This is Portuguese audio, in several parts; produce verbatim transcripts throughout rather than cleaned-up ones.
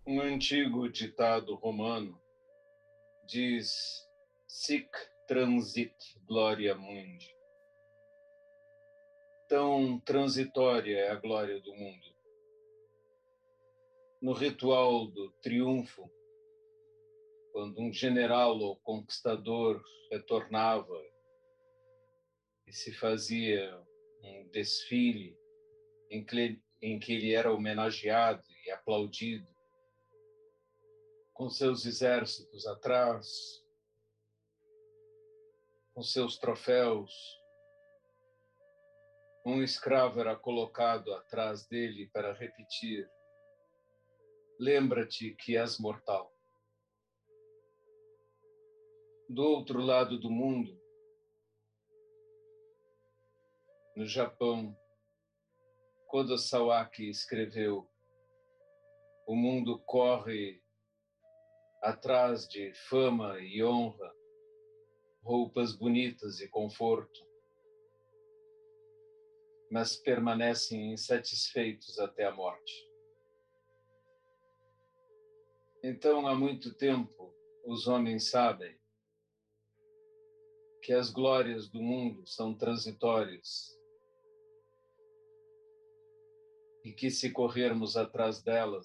Um antigo ditado romano diz: sic transit gloria mundi. Tão transitória é a glória do mundo. No ritual do triunfo, quando um general ou conquistador retornava e se fazia um desfile em que, em que ele era homenageado e aplaudido, com seus exércitos atrás, com seus troféus, um escravo era colocado atrás dele para repetir: lembra-te que és mortal. Do outro lado do mundo, no Japão, Kodo Sawaki escreveu: o mundo corre atrás de fama e honra, roupas bonitas e conforto, mas permanecem insatisfeitos até a morte. Então, há muito tempo, os homens sabem que as glórias do mundo são transitórias e que, se corrermos atrás delas,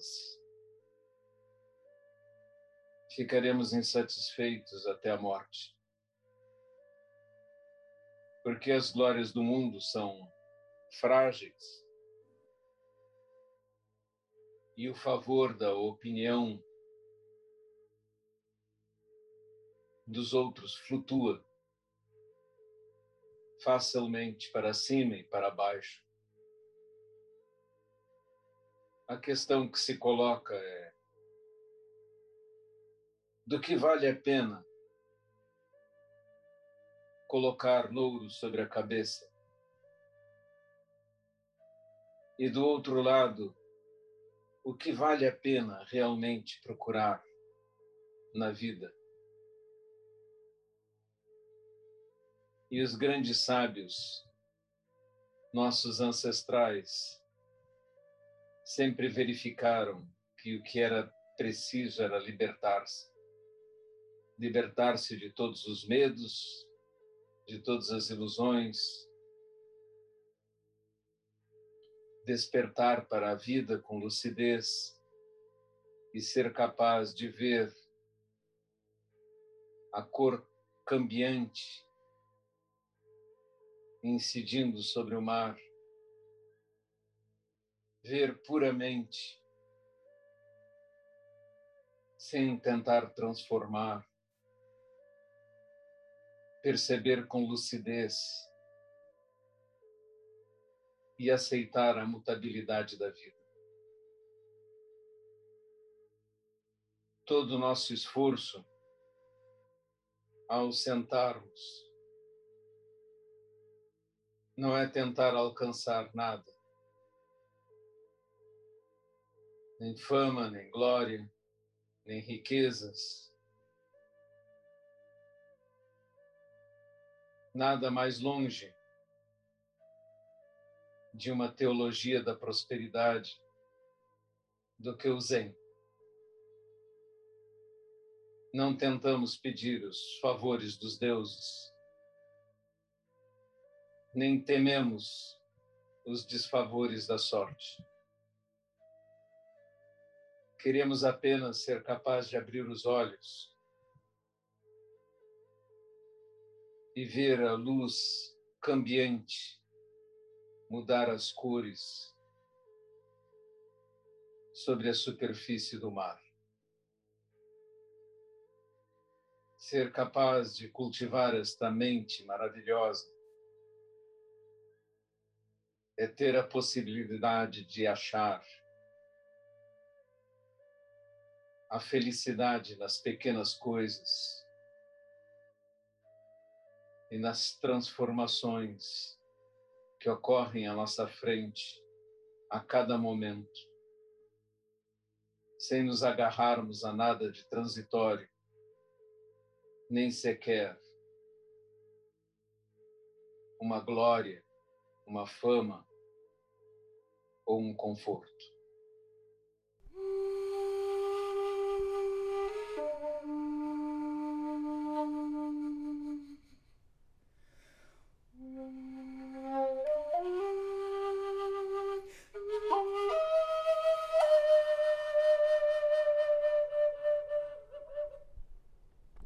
ficaremos insatisfeitos até a morte. Porque as glórias do mundo são frágeis e o favor da opinião dos outros flutua facilmente para cima e para baixo. A questão que se coloca é: do que vale a pena colocar louro sobre a cabeça? E do outro lado, o que vale a pena realmente procurar na vida? E os grandes sábios, nossos ancestrais, sempre verificaram que o que era preciso era libertar-se. Libertar-se de todos os medos, de todas as ilusões, despertar para a vida com lucidez e ser capaz de ver a cor cambiante incidindo sobre o mar, ver puramente, sem tentar transformar, perceber com lucidez e aceitar a mutabilidade da vida. Todo o nosso esforço, ao sentarmos, não é tentar alcançar nada, nem fama, nem glória, nem riquezas, nada mais longe de uma teologia da prosperidade do que o Zen. Não tentamos pedir os favores dos deuses, nem tememos os desfavores da sorte. Queremos apenas ser capazes de abrir os olhos e ver a luz cambiante mudar as cores sobre a superfície do mar. Ser capaz de cultivar esta mente maravilhosa é ter a possibilidade de achar a felicidade nas pequenas coisas e nas transformações que ocorrem à nossa frente a cada momento, sem nos agarrarmos a nada de transitório, nem sequer uma glória, uma fama ou um conforto.